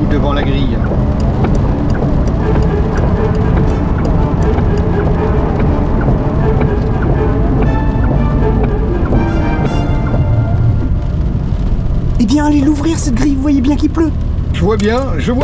debout devant la grille. Eh bien, allez l'ouvrir cette grille, vous voyez bien qu'il pleut. Je vois bien.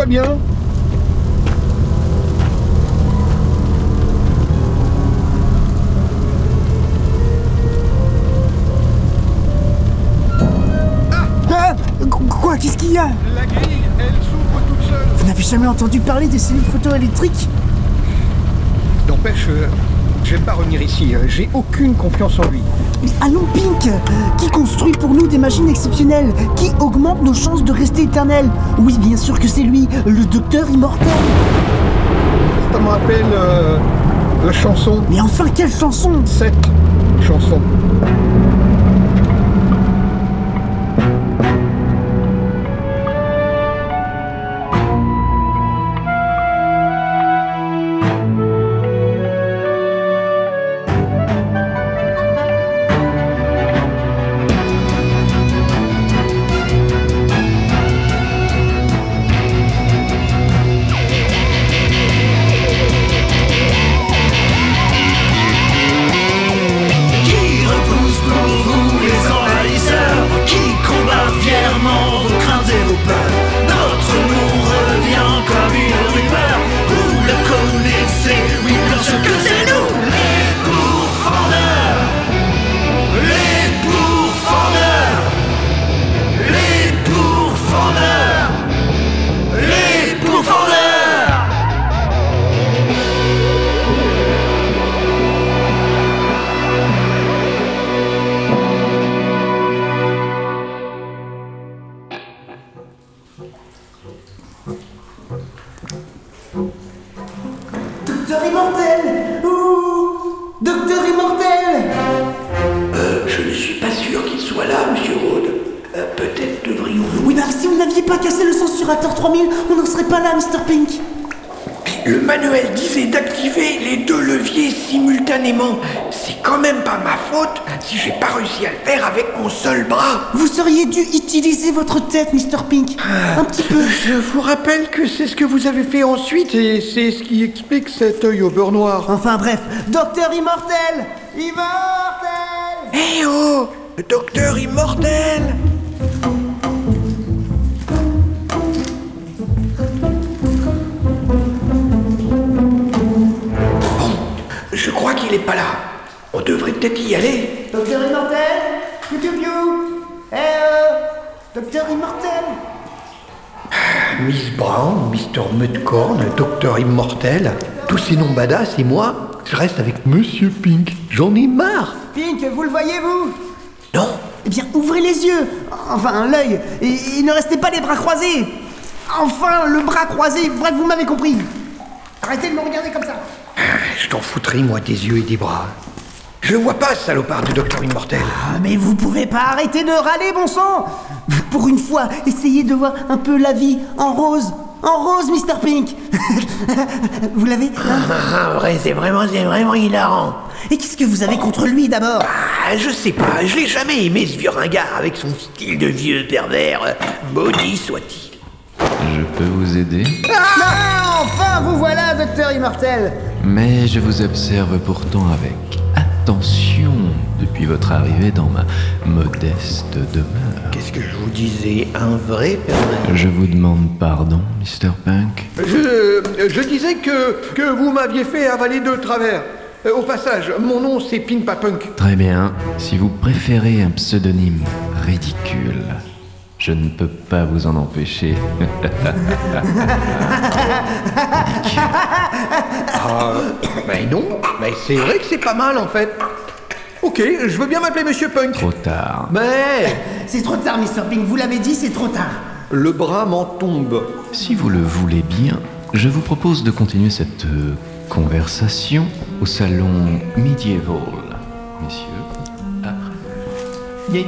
Quoi? Qu'est-ce qu'il y a? La grille, elle s'ouvre toute seule. Vous n'avez jamais entendu parler des cellules photoélectriques? N'empêche, j'aime pas revenir ici. J'ai aucune confiance en lui. Mais allons, Pink! Qui construit pour nous des machines exceptionnelles? Qui augmente nos chances de rester éternels? Oui, bien sûr que c'est lui, le docteur immortel! Ça me rappelle la chanson. Mais enfin, quelle chanson! Cette chanson. Docteur immortel! Ouh! Docteur immortel! Je ne suis pas sûr qu'il soit là, monsieur Rhodes. Peut-être devrions-nous... Oui, bah si vous n'aviez pas cassé le censurateur 3000, on n'en serait pas là, Mr. Pink! Le manuel disait d'activer les deux leviers simultanément. C'est quand même pas ma faute si j'ai pas réussi à le faire avec mon seul bras. Vous seriez dû utiliser votre tête, Mr. Pink. Un petit peu. Je vous rappelle que c'est ce que vous avez fait ensuite et c'est ce qui explique cet œil au beurre noir. Enfin bref, Docteur immortel! Immortel! Eh oh! Docteur immortel! Je crois qu'il est pas là. On devrait peut-être y aller. Docteur immortel? Piou piou piou! Docteur immortel? Miss Brown, Mr. Mudcorn, Docteur Immortel, tous ces noms badass et moi, je reste avec Monsieur Pink. J'en ai marre. Pink, vous le voyez, vous? Non. Eh bien, ouvrez les yeux, enfin l'œil, et ne restez pas les bras croisés. Enfin, le bras croisé, bref, vous m'avez compris. Arrêtez de me regarder comme ça. Je t'en foutrais, moi, des yeux et des bras. Je le vois pas, ce salopard de Docteur Immortel. Ah, mais vous pouvez pas arrêter de râler, bon sang. Pour une fois, essayez de voir un peu la vie en rose. En rose, Mr. Pink. Vous l'avez? Ouais, c'est vraiment hilarant. Et qu'est-ce que vous avez contre lui, d'abord? Ah, je sais pas, je l'ai jamais aimé, ce vieux ringard, avec son style de vieux pervers, maudit soit-il. Je peux vous aider? Ah, enfin, vous voilà, Docteur Immortel. Mais je vous observe pourtant avec attention depuis votre arrivée dans ma modeste demeure. Qu'est-ce que je vous disais, un vrai pervers? Je vous demande pardon, Mr. Punk. Je disais que vous m'aviez fait avaler de travers. Au passage, mon nom c'est Pink Papunk. Très bien. Si vous préférez un pseudonyme ridicule, je ne peux pas vous en empêcher. Ben non, mais c'est vrai que c'est pas mal en fait. Ok, je veux bien m'appeler Monsieur Punk. Trop tard. Mais C'est trop tard, Mr. Pink, vous l'avez dit, c'est trop tard. le bras m'en tombe. Si vous le voulez bien, je vous propose de continuer cette conversation au salon Medieval. Messieurs, après.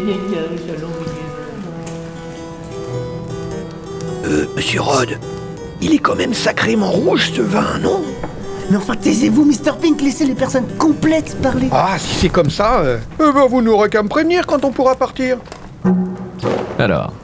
Monsieur Rhodes, il est quand même sacrément rouge ce vin, non? Mais enfin, taisez-vous, Mr. Pink, laissez les personnes complètes parler. Ah, si c'est comme ça, ben vous n'aurez qu'à me prévenir quand on pourra partir. Alors,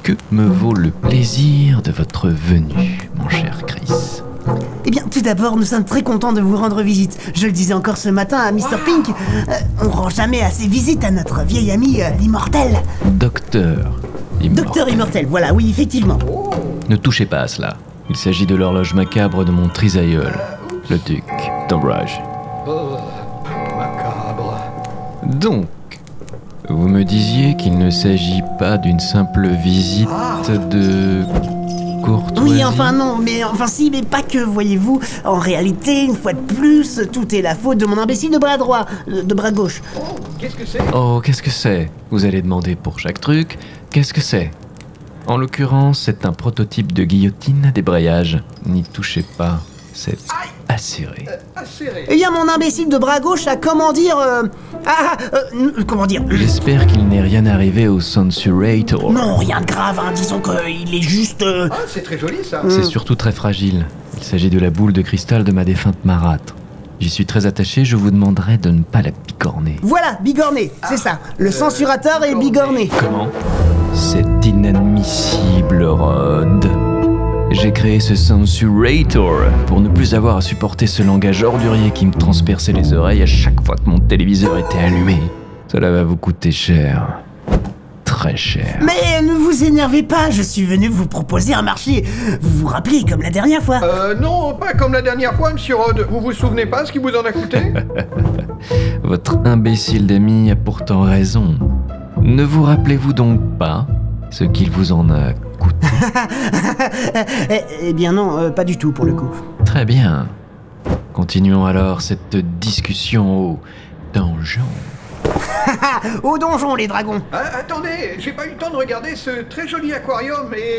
Que me vaut le plaisir de votre venue, mon cher Chris? Eh bien, tout d'abord, nous sommes très contents de vous rendre visite. Je le disais encore ce matin à Mr. Pink, on rend jamais assez visite à notre vieil ami, l'immortel. Docteur Immortel. Docteur Immortel, voilà, oui, effectivement. Ne touchez pas à cela. Il s'agit de l'horloge macabre de mon trisaïeul, le duc d'Ombrage. Macabre. Donc, vous me disiez qu'il ne s'agit pas d'une simple visite de courtoisie. Oui, enfin non, mais enfin si, mais pas que, voyez-vous. En réalité, une fois de plus, tout est la faute de mon imbécile de bras droit, de bras gauche. Qu'est-ce que c'est? Oh, qu'est-ce que c'est? Vous allez demander pour chaque truc, qu'est-ce que c'est? En l'occurrence, c'est un prototype de guillotine à débrayage. N'y touchez pas, c'est acéré. Acéré. Eh bien, mon imbécile de bras gauche a, comment dire, comment dire. J'espère qu'il n'est rien arrivé au Sensurator. Non, rien de grave, hein, disons qu'il est juste... Ah, c'est très joli ça. C'est surtout très fragile. Il s'agit de la boule de cristal de ma défunte marâtre. J'y suis très attaché, je vous demanderai de ne pas la bigorner. Voilà, bigorné, c'est ça. Le censurateur est bigorné. Comment? C'est inadmissible, Rod. J'ai créé ce Sensurator pour ne plus avoir à supporter ce langage ordurier qui me transperçait les oreilles à chaque fois que mon téléviseur était allumé. Cela va vous coûter cher. Très cher. Mais ne vous énervez pas, je suis venu vous proposer un marché. Vous vous rappelez, comme la dernière fois. Non, pas comme la dernière fois, monsieur Rod. Vous vous souvenez pas ce qui vous en a coûté? Votre imbécile d'ami a pourtant raison. Ne vous rappelez-vous donc pas ce qu'il vous en a coûté? Eh bien non, pas du tout pour le coup. Très bien. Continuons alors cette discussion au donjon. Au donjon, les dragons. Ah, attendez, j'ai pas eu le temps de regarder ce très joli aquarium et...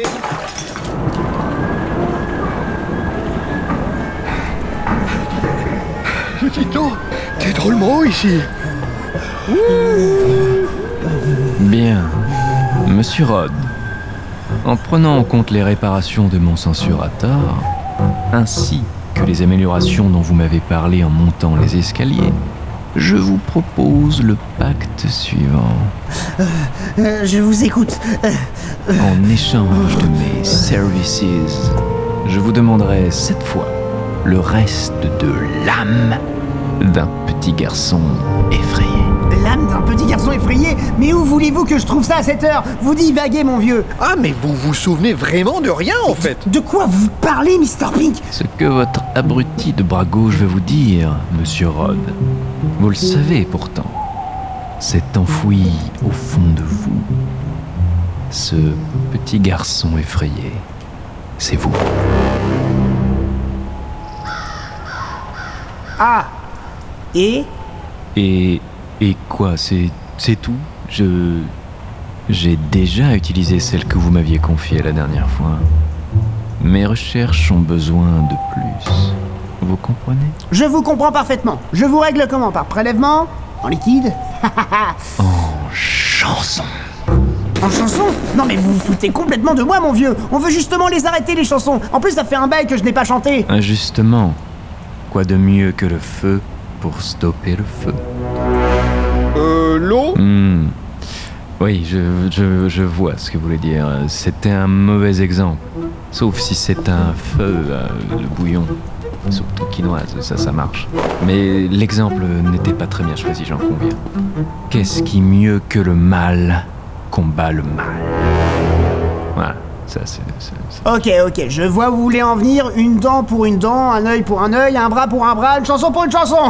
Tito, t'es drôlement haut ici. Bien, Monsieur Rod. En prenant en compte les réparations de mon censurator, ainsi que les améliorations dont vous m'avez parlé en montant les escaliers, je vous propose le pacte suivant. Je vous écoute. En échange de mes services, je vous demanderai cette fois le reste de l'âme d'un petit garçon effrayé. L'âme d'un petit garçon effrayé? Mais où voulez-vous que je trouve ça à cette heure? Vous divaguez, mon vieux. Ah, mais vous vous souvenez vraiment de rien en fait. De quoi vous parlez, Mr. Pink? Ce que votre abruti de bras gauche veut vous dire, Monsieur Rod, vous le savez pourtant, c'est enfoui au fond de vous. Ce petit garçon effrayé, c'est vous. Ah. Et Et quoi, c'est tout? J'ai déjà utilisé celle que vous m'aviez confiée la dernière fois. Mes recherches ont besoin de plus. Vous comprenez? je vous comprends parfaitement. Je vous règle comment? Par prélèvement? En liquide? En chanson. En chanson? Non mais vous vous foutez complètement de moi, mon vieux. On veut justement les arrêter, les chansons. En plus, ça fait un bail que je n'ai pas chanté. Justement, quoi de mieux que le feu pour stopper le feu? L'eau? Oui, je vois ce que vous voulez dire. C'était un mauvais exemple. Sauf si c'est un feu, le bouillon. Surtout quinoise, ça marche. Mais l'exemple n'était pas très bien choisi, j'en conviens. Qu'est-ce qui mieux que le mal combat le mal? Voilà, ça c'est... Ok, je vois où vous voulez en venir. Une dent pour une dent, un œil pour un œil, un bras pour un bras, une chanson pour une chanson.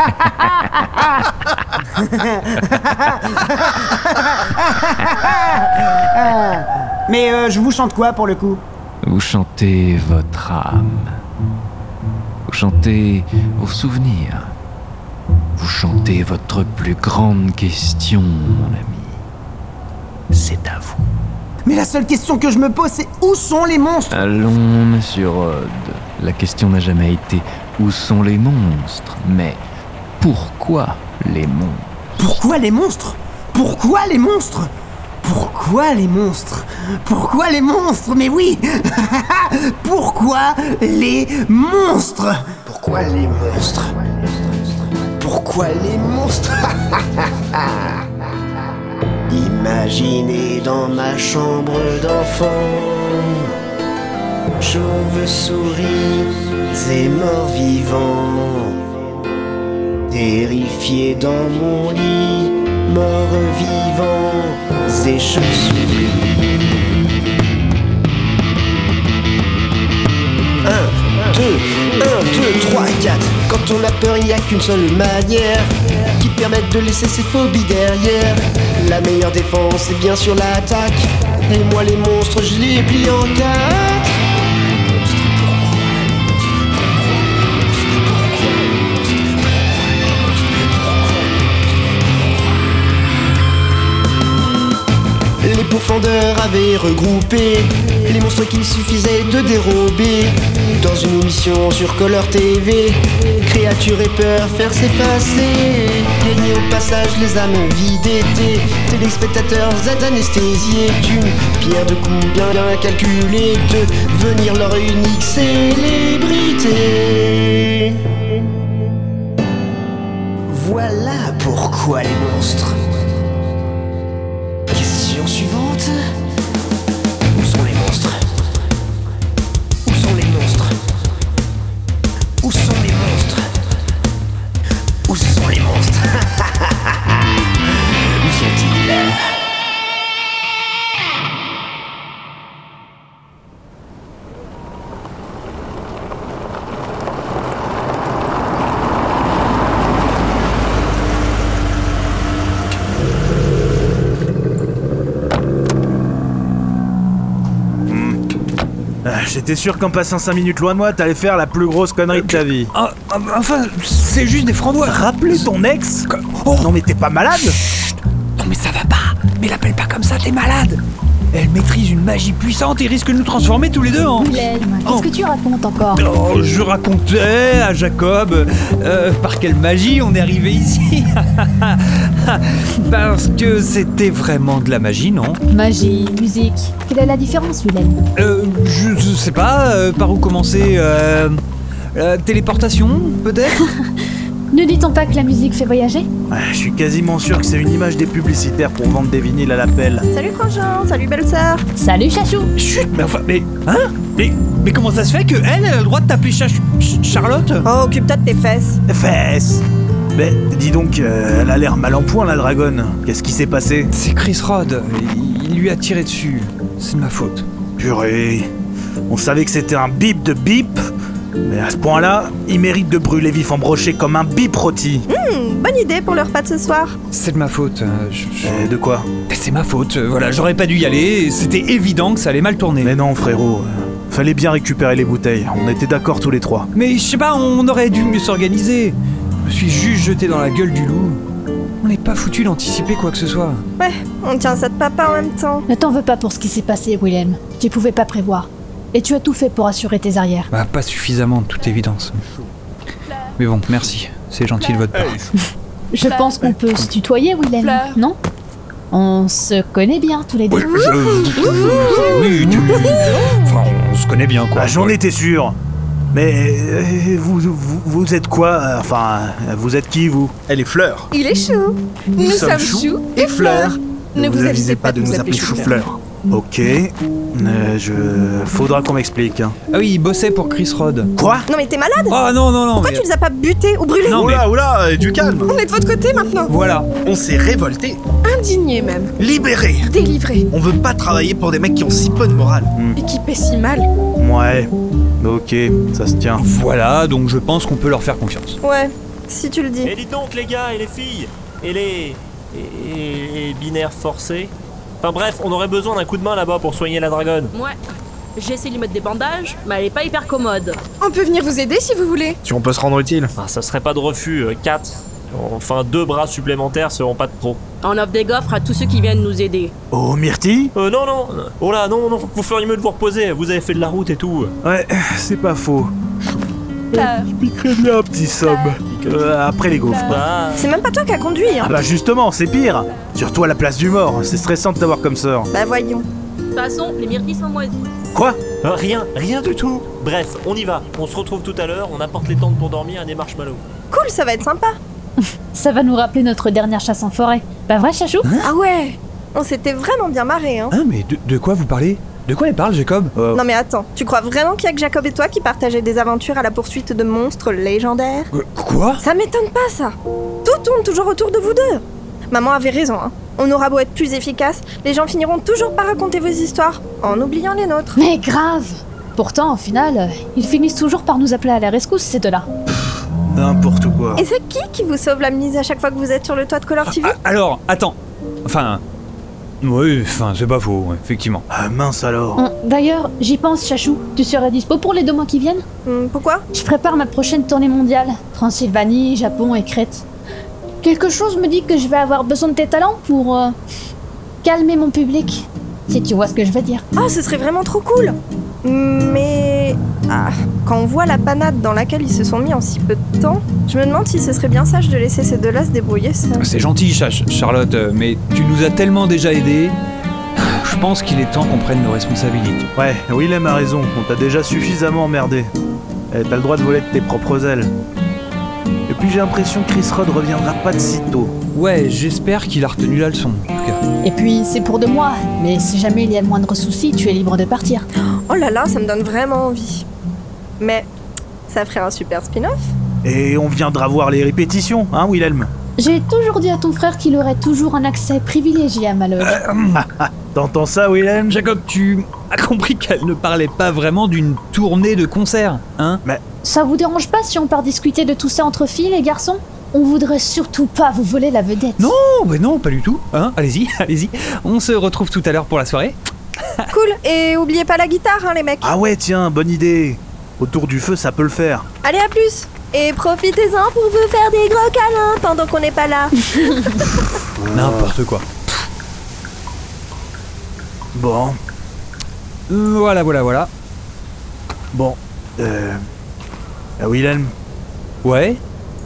Mais je vous chante quoi pour le coup? Vous chantez votre âme. Vous chantez vos souvenirs. Vous chantez votre plus grande question, mon ami. C'est à vous. Mais la seule question que je me pose, c'est où sont les monstres? Allons, monsieur Rod. La question n'a jamais été où sont les monstres, mais pourquoi les monstres? Pourquoi les monstres? Pourquoi les monstres? Pourquoi les monstres? Pourquoi les monstres? Mais oui. Pourquoi les monstres? Pourquoi les monstres? Pourquoi les monstres? Imagine Imaginez dans ma chambre d'enfant, chauves-souris et morts-vivants, terrifiés dans mon lit, morts-vivants et chauves-souris. 1, 2, 3, 4. Quand on a peur, il n'y a qu'une seule manière qui permette de laisser ses phobies derrière. La meilleure défense, c'est bien sûr l'attaque. Et moi, les monstres, je les plie en 4. Les pourfendeurs avaient regroupé les monstres qu'il suffisait de dérober dans une émission sur Color TV. Créatures et peur faire s'effacer, gagner au passage les âmes vidées des téléspectateurs anesthésiés d'une pierre de coups bien calculée, devenir leur unique célébrité. Voilà pourquoi les monstres. Question suivante. Où sont les monstres? Où sont les monstres? Où sont les monstres? Où sont les monstres? Où sont-ils? J'étais sûr qu'en passant 5 minutes loin de moi, t'allais faire la plus grosse connerie de ta vie. Enfin, c'est juste des framboises. Rappeler ton ex? Oh. Non mais t'es pas malade? Non mais ça va pas. Mais l'appelle pas comme ça, t'es malade. Elle maîtrise une magie puissante et risque de nous transformer tous les deux en... Willem, qu'est-ce que tu racontes encore? Oh, je racontais à Jacob par quelle magie on est arrivé ici. Parce que c'était vraiment de la magie, non? Magie, musique. Quelle est la différence, Willem? Je sais pas, par où commencer téléportation, peut-être? Ne dit-on pas que la musique fait voyager? Ouais, je suis quasiment sûr que c'est une image des publicitaires pour vendre des vinyles à l'appel. Salut Frangin, salut belle-sœur. Salut Chachou. Chut, mais enfin, mais... Hein? Mais comment ça se fait que elle a le droit de t'appeler Charlotte? Oh, occupe-toi de tes fesses. Fesses. Mais dis donc, elle a l'air mal en point la dragonne. Qu'est-ce qui s'est passé? C'est Chris Rod, il lui a tiré dessus. C'est de ma faute. Purée. On savait que c'était un bip de bip, mais à ce point-là, il mérite de brûler vif en broché comme un bip rôti. Bonne idée pour le repas de ce soir. C'est de ma faute. De quoi? C'est ma faute, voilà, j'aurais pas dû y aller, c'était évident que ça allait mal tourner. Mais non frérot, fallait bien récupérer les bouteilles, on était d'accord tous les trois. Mais je sais pas, on aurait dû mieux s'organiser. Je me suis juste jeté dans la gueule du loup. On n'est pas foutu d'anticiper quoi que ce soit. Ouais, on tient ça de papa en même temps. Ne t'en veux pas pour ce qui s'est passé, Willem. Tu pouvais pas prévoir. Et tu as tout fait pour assurer tes arrières. Bah, pas suffisamment, de toute évidence. Mais bon, merci. C'est gentil de votre part. Je pense qu'on peut se tutoyer, Willem, non? On se connaît bien tous les deux. Oui, enfin, on se connaît bien, quoi. Bah, j'en étais sûr. Mais vous êtes quoi? Enfin, vous êtes qui, vous? Elle est Fleur. Il est chou. Nous sommes Chou et Fleur. Ne vous avisez pas de nous appeler Chou-Fleur. Ok. Faudra qu'on m'explique. Ah oui, il bossait pour Chris Rod. Quoi? Non mais t'es malade? Oh non, Pourquoi tu les as pas butés ou brûlés? Non, mais... Oula, du calme. On est de votre côté maintenant. Voilà. On s'est révolté. Indigné même. Libéré. Délivré. On veut pas travailler pour des mecs qui ont si peu de morale. Et qui paient si mal. Ouais. Ok, ça se tient. Voilà, donc je pense qu'on peut leur faire confiance. Ouais, si tu le dis. Et dites donc les gars et les filles, et les binaires forcés. Enfin bref, on aurait besoin d'un coup de main là-bas pour soigner la dragonne. Ouais, j'ai essayé de lui mettre des bandages, mais elle est pas hyper commode. On peut venir vous aider si vous voulez. Si on peut se rendre utile. Ah, ça serait pas de refus, 4. Enfin 2 bras supplémentaires seront pas de trop. On offre des gaufres à tous ceux qui viennent nous aider. Oh, Myrtille? Non. Oh là, non, vous feriez mieux de vous reposer, vous avez fait de la route et tout. Ouais, c'est pas faux. Je piquerais bien un petit somme. Après les gaufres. Bah... C'est même pas toi qui as conduit, hein. Ah bah justement, c'est pire. Surtout à la place du mort, c'est stressant de t'avoir comme sœur. Bah voyons. De toute façon, les myrtilles sont moisies. Quoi? Rien du tout. Bref, on y va. On se retrouve tout à l'heure, on apporte les tentes pour dormir et des marshmallows. Cool, ça va être sympa. Ça va nous rappeler notre dernière chasse en forêt. Pas vrai, Chachou? Ah ouais. On s'était vraiment bien marrés, hein. Hein, mais de quoi vous parlez? De quoi il parle, Jacob? Non mais attends, tu crois vraiment qu'il y a que Jacob et toi qui partageaient des aventures à la poursuite de monstres légendaires? Quoi? Ça m'étonne pas, ça. Tout tourne toujours autour de vous deux. Maman avait raison, hein. On aura beau être plus efficace, les gens finiront toujours par raconter vos histoires, en oubliant les nôtres. Mais grave! Pourtant, au final, ils finissent toujours par nous appeler à la rescousse, ces deux-là. N'importe quoi. Et c'est qui vous sauve l'amnésie à chaque fois que vous êtes sur le toit de Color TV? Alors, attends. Enfin... Oui, c'est pas faux, ouais, effectivement. Ah mince alors. D'ailleurs, j'y pense, Chachou. Tu serais dispo pour les 2 mois qui viennent? Pourquoi? Je prépare ma prochaine tournée mondiale. Transylvanie, Japon et Crète. Quelque chose me dit que je vais avoir besoin de tes talents pour... calmer mon public. Si tu vois ce que je veux dire. Ah, ce serait vraiment trop cool. Mais... quand on voit la panade dans laquelle ils se sont mis en si peu de temps, je me demande si ce serait bien sage de laisser ces deux-là se débrouiller seuls. C'est gentil, Charlotte, mais tu nous as tellement déjà aidés. Je pense qu'il est temps qu'on prenne nos responsabilités. Ouais, Willem a raison, on t'a déjà suffisamment emmerdé. T'as le droit de voler de tes propres ailes. Et puis j'ai l'impression que Chris Rod reviendra pas de sitôt. Ouais, j'espère qu'il a retenu la leçon, en tout cas. Et puis, c'est pour 2 mois. Mais si jamais il y a le moindre souci, tu es libre de partir. Oh là là, ça me donne vraiment envie. Mais ça ferait un super spin-off. Et on viendra voir les répétitions, hein, Willem? J'ai toujours dit à ton frère qu'il aurait toujours un accès privilégié à ma loge. T'entends ça, Willem? Jacob, tu as compris qu'elle ne parlait pas vraiment d'une tournée de concerts, hein? Mais... Ça vous dérange pas si on part discuter de tout ça entre filles, les garçons? On voudrait surtout pas vous voler la vedette. Non, mais non, pas du tout. Hein, allez-y, allez-y. On se retrouve tout à l'heure pour la soirée. Cool, et oubliez pas la guitare, hein, les mecs. Ah ouais, tiens, bonne idée. Autour du feu, ça peut le faire. Allez, à plus. Et profitez-en pour vous faire des gros câlins pendant qu'on n'est pas là. N'importe quoi. Bon. Voilà. Bon, Willem? Ouais?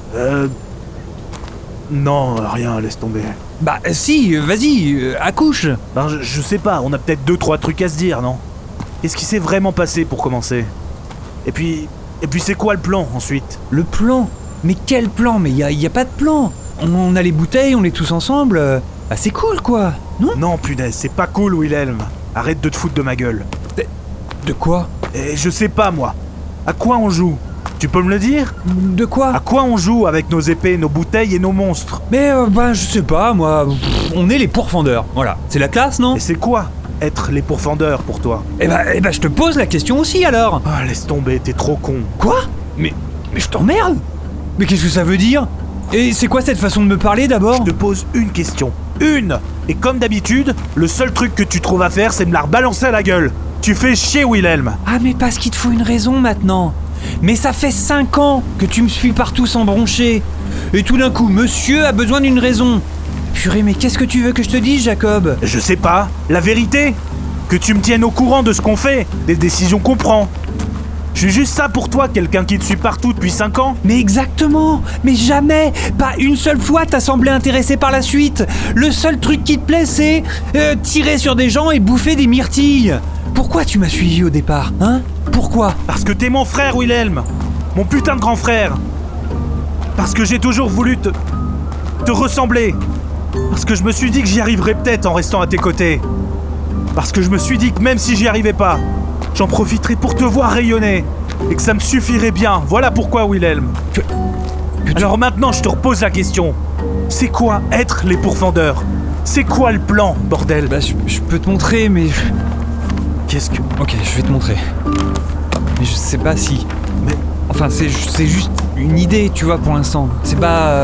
Non, rien, laisse tomber. Bah si, vas-y, accouche. Ben, je sais pas, on a peut-être 2-3 trucs à se dire, non? Qu'est-ce qui s'est vraiment passé pour commencer? Et puis c'est quoi le plan ensuite? Le plan? Mais quel plan? Mais y a pas de plan. On a les bouteilles, on est tous ensemble. Bah c'est cool quoi, non? Non, punaise, c'est pas cool, Willem. Arrête de te foutre de ma gueule. De quoi? Et je sais pas, moi. À quoi on joue? Tu peux me le dire? De quoi? À quoi on joue avec nos épées, nos bouteilles et nos monstres? Mais bah je sais pas, moi. On est les pourfendeurs, voilà. C'est la classe, non? Et c'est quoi être les pourfendeurs pour toi? Eh bah je te pose la question aussi alors. Ah, laisse tomber, t'es trop con. Quoi? Mais je t'emmerde. Mais qu'est-ce que ça veut dire? Et c'est quoi cette façon de me parler d'abord? Je te pose une question. Une! Et comme d'habitude, le seul truc que tu trouves à faire, c'est me la rebalancer à la gueule. Tu fais chier, Willem. Ah mais parce qu'il te faut une raison maintenant. Mais ça fait 5 ans que tu me suis partout sans broncher. Et tout d'un coup, monsieur a besoin d'une raison. Purée, mais qu'est-ce que tu veux que je te dise, Jacob? Je sais pas. La vérité? Que tu me tiennes au courant de ce qu'on fait, des décisions qu'on prend. Je suis juste ça pour toi, quelqu'un qui te suit partout depuis 5 ans? Mais exactement. Mais jamais, pas une seule fois t'as semblé intéressé par la suite. Le seul truc qui te plaît, c'est tirer sur des gens et bouffer des myrtilles. Pourquoi tu m'as suivi au départ, hein? Pourquoi? Parce que t'es mon frère, Willem. Mon putain de grand frère. Parce que j'ai toujours voulu te ressembler. Parce que je me suis dit que j'y arriverais peut-être en restant à tes côtés. Parce que je me suis dit que même si j'y arrivais pas, j'en profiterais pour te voir rayonner. Et que ça me suffirait bien. Voilà pourquoi, Willem. Alors maintenant, je te repose la question. C'est quoi être les pourfendeurs? C'est quoi le plan, bordel? Bah, je peux te montrer, mais... Qu'est-ce que... Ok, je vais te montrer. Mais je sais pas si... Mais... Enfin, c'est juste une idée, tu vois, pour l'instant. C'est pas...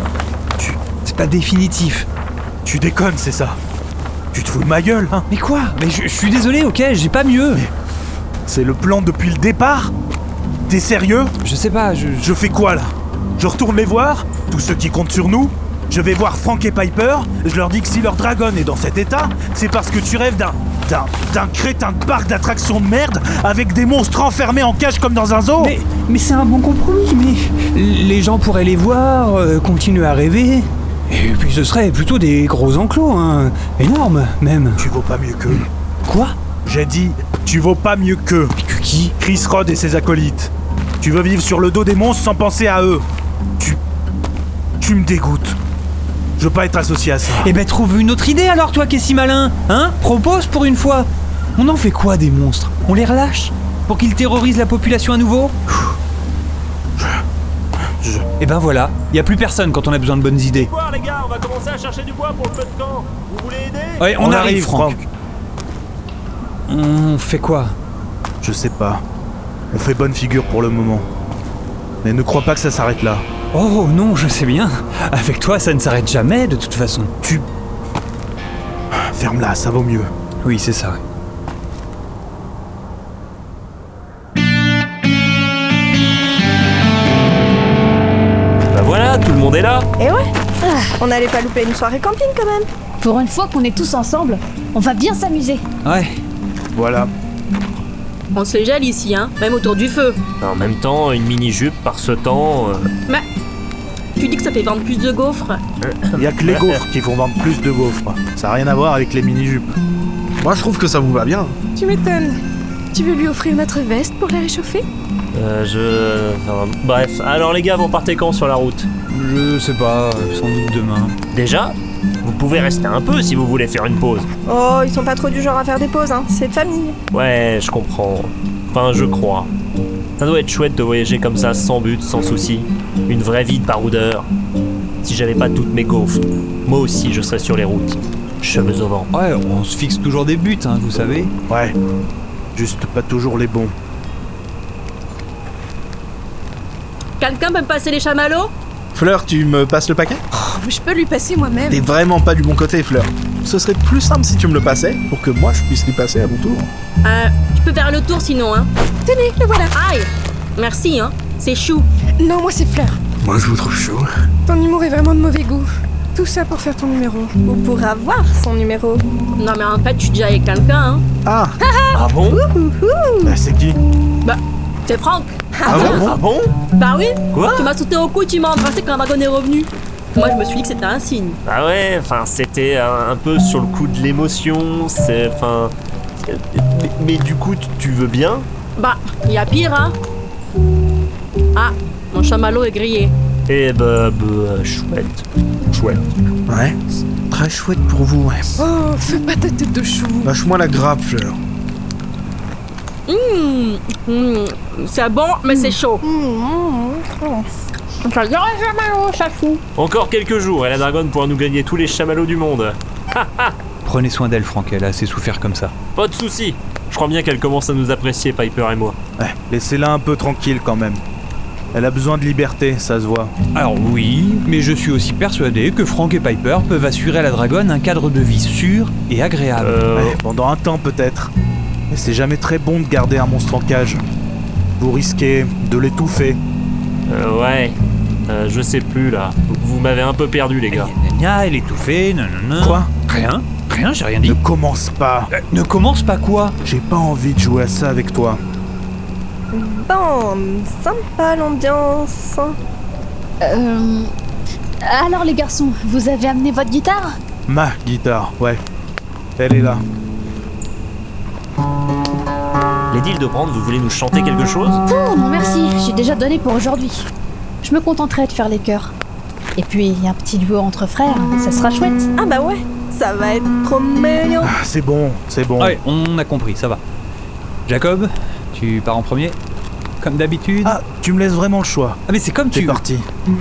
C'est pas définitif. Tu déconnes, c'est ça? Tu te fous de ma gueule, hein? Mais quoi? Mais je suis désolé, ok, j'ai pas mieux. Mais c'est le plan depuis le départ? T'es sérieux? Je sais pas, Je fais quoi, là? Je retourne les voir? Tous ceux qui comptent sur nous? Je vais voir Frank et Piper, je leur dis que si leur dragon est dans cet état, c'est parce que tu rêves d'un crétin de parc d'attractions de merde avec des monstres enfermés en cage comme dans un zoo. Mais c'est un bon compromis, mais les gens pourraient les voir, continuer à rêver, et puis ce serait plutôt des gros enclos, hein, énormes même. Tu vaux pas mieux qu'eux. Quoi? J'ai dit, tu vaux pas mieux qu'eux. Que qui? Chris Rod et ses acolytes. Tu veux vivre sur le dos des monstres sans penser à eux. Tu me dégoûtes. Je veux pas être associé à ça. Eh ben trouve une autre idée alors, toi qui es si malin. Hein? Propose pour une fois. On en fait quoi des monstres? On les relâche? Pour qu'ils terrorisent la population à nouveau? Eh ben voilà, y a plus personne quand on a besoin de bonnes idées. Quoi les gars, on va commencer à chercher du bois pour le feu de camp. Vous voulez aider? Ouais, on arrive, Franck. On fait quoi? Je sais pas. On fait bonne figure pour le moment. Mais ne crois pas que ça s'arrête là. Oh non, je sais bien. Avec toi, ça ne s'arrête jamais de toute façon. Ferme-la, ça vaut mieux. Oui, c'est ça. Bah voilà, tout le monde est là. Et ouais, on n'allait pas louper une soirée camping quand même. Pour une fois qu'on est tous ensemble, on va bien s'amuser. Ouais. Voilà. On se gèle ici, hein, même autour du feu. En même temps, une mini-jupe par ce temps... Mais tu dis que ça fait vendre plus de gaufres. Y a que les gaufres qui font vendre plus de gaufres. Ça a rien à voir avec les mini-jupes. Moi, je trouve que ça vous va bien. Tu m'étonnes. Tu veux lui offrir notre veste pour la réchauffer? Bref, alors les gars, vous partez quand sur la route? Je sais pas, sans doute demain. Déjà? Vous pouvez rester un peu si vous voulez faire une pause. Oh, ils sont pas trop du genre à faire des pauses, hein. C'est de famille. Ouais, je comprends. Enfin, je crois. Ça doit être chouette de voyager comme ça, sans but, sans souci. Une vraie vie de baroudeur. Si j'avais pas toutes mes gaufres, moi aussi je serais sur les routes. Cheveux au vent. Ouais, on se fixe toujours des buts, hein, vous savez. Ouais. Juste pas toujours les bons. Quelqu'un peut me passer les chamallows? Fleur, tu me passes le paquet? Je peux lui passer moi-même. T'es vraiment pas du bon côté, Fleur. Ce serait plus simple si tu me le passais, pour que moi je puisse lui passer à mon tour. Je peux faire le tour sinon, hein. Tenez, le voilà. Aïe! Merci, hein. C'est chou. Non, moi c'est Fleur. Moi je vous trouve chaud. Ton humour est vraiment de mauvais goût. Tout ça pour faire ton numéro. Ou pour avoir son numéro. Non mais en fait, je suis déjà avec quelqu'un, hein. Ah, Ah bon? bah c'est qui? Bah, c'est Franck. Ah bon? Ah bon? Bah oui. Quoi? Tu m'as sauté au cou et tu m'as embrassé quand un dragon est revenu. Moi, je me suis dit que c'était un signe. Ah ouais, enfin c'était un peu sur le coup de l'émotion, c'est... Enfin... Mais du coup, tu veux bien? Bah, il y a pire, hein. Ah, mon chamallow est grillé. Eh bah, chouette. Chouette. Ouais, très chouette pour vous, ouais. Oh, fais pas ta tête de chou. Lâche-moi la grappe, Fleur. C'est bon, mais c'est chaud. Encore quelques jours et la dragonne pourra nous gagner tous les chamallows du monde. Prenez soin d'elle, Franck, elle a assez souffert comme ça. Pas de soucis. Je crois bien qu'elle commence à nous apprécier, Piper et moi. Ouais, laissez-la un peu tranquille quand même. Elle a besoin de liberté, ça se voit. Alors oui, mais je suis aussi persuadé que Franck et Piper peuvent assurer à la dragonne un cadre de vie sûr et agréable. Ouais, pendant un temps peut-être. Mais c'est jamais très bon de garder un monstre en cage. Vous risquez de l'étouffer. Ouais. Je sais plus là. Vous m'avez un peu perdu, les gars. Gna, elle est étouffée, non. Quoi? Rien, j'ai rien dit. Ne commence pas. Ne commence pas quoi? J'ai pas envie de jouer à ça avec toi. Bon, sympa l'ambiance. Alors les garçons, vous avez amené votre guitare? Ma guitare, ouais. Elle est là. Les deals de Brand, vous voulez nous chanter quelque chose? Oh non merci, j'ai déjà donné pour aujourd'hui. Je me contenterai de faire les chœurs. Et puis un petit duo entre frères, ça sera chouette. Ah bah ouais, ça va être trop mignon. Ah, c'est bon. Ouais, on a compris, ça va. Jacob, tu pars en premier? Comme d'habitude? Ah, tu me laisses vraiment le choix. Ah mais c'est comme C'est tu... parti.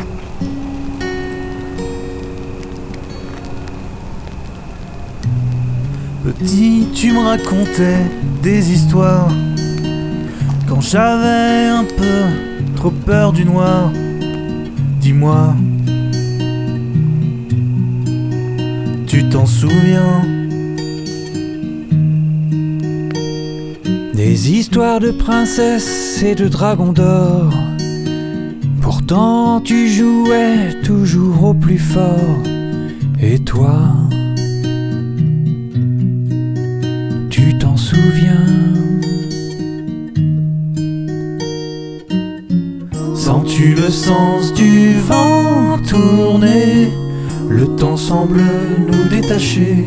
Petit, tu me racontais des histoires quand j'avais un peu trop peur du noir. Dis-moi, tu t'en souviens? Des histoires de princesses et de dragons d'or. Pourtant tu jouais toujours au plus fort. Et toi, tu t'en souviens? Sens-tu le sens du vent tourner? Le temps semble nous détacher.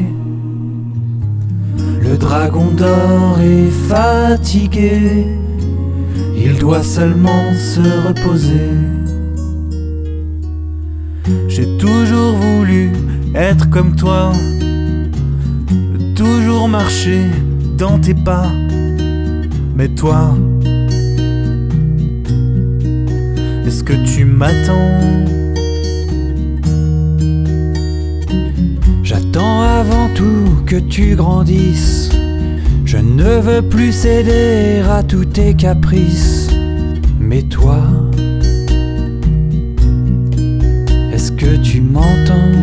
Le dragon d'or est fatigué, il doit seulement se reposer. J'ai toujours voulu être comme toi, toujours marcher dans tes pas. Mais toi, est-ce que tu m'attends? J'attends avant tout que tu grandisses. Je ne veux plus céder à tous tes caprices. Mais toi, est-ce que tu m'entends?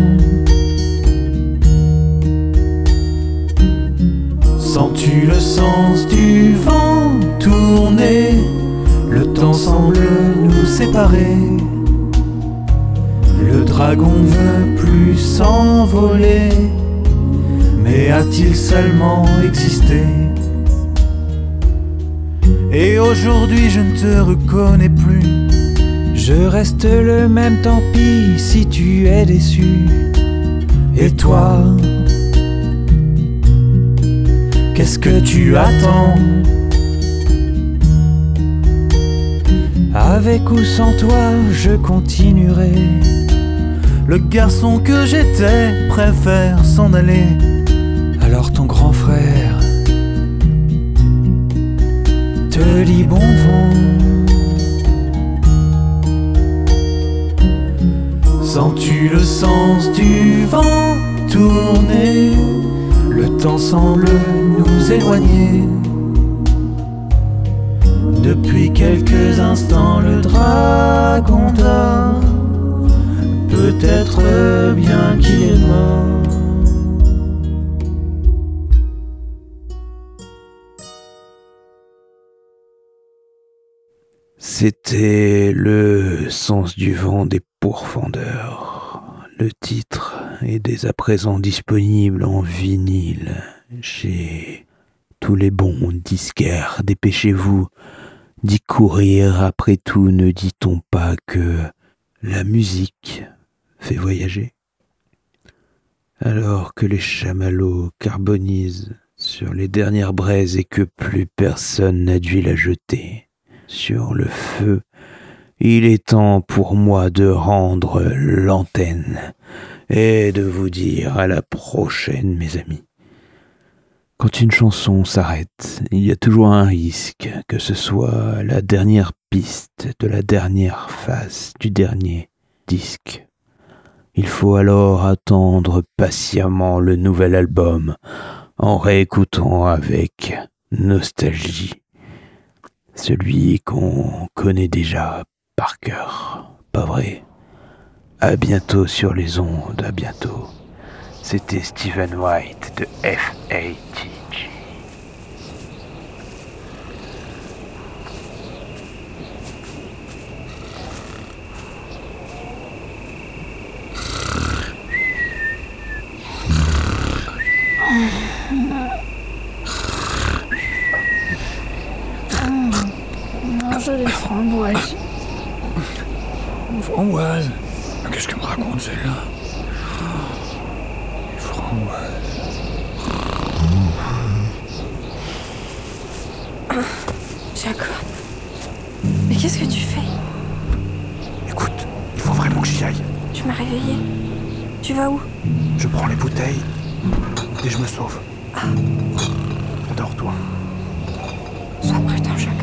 Sens-tu le sens du vent tourner? Le temps semble nous séparer. Le dragon ne veut plus s'envoler, mais a-t-il seulement existé? Et aujourd'hui je ne te reconnais plus. Je reste le même, tant pis si tu es déçu. Et toi, qu'est-ce que tu attends? Avec ou sans toi, je continuerai. Le garçon que j'étais préfère s'en aller. Alors ton grand frère te dit bon vent. Sens-tu le sens du vent tourner? Le temps semble nous éloigner. Depuis quelques instants, le dragon dort. Peut-être bien qu'il est mort. C'était Le sens du vent des pourfendeurs. Le titre est dès à présent disponible en vinyle chez tous les bons disquaires. Dépêchez-vous d'y courir. Après tout, ne dit-on pas que la musique fait voyager? Alors que les chamallows carbonisent sur les dernières braises et que plus personne n'a dû la jeter sur le feu, il est temps pour moi de rendre l'antenne et de vous dire à la prochaine, mes amis. Quand une chanson s'arrête, il y a toujours un risque que ce soit la dernière piste de la dernière phase du dernier disque. Il faut alors attendre patiemment le nouvel album en réécoutant avec nostalgie celui qu'on connaît déjà par cœur. Pas vrai? À bientôt sur les ondes, à bientôt. C'était Stephen White de FATG. Manger des framboises. Framboise? Qu'est-ce que me raconte celle-là? Les framboises. Jacob, mais qu'est-ce que tu fais? Écoute, il faut vraiment que j'y aille. Tu m'as réveillée. Tu vas où? Je prends les bouteilles et je me sauve. Endors-toi. Sois prudent, Jacob.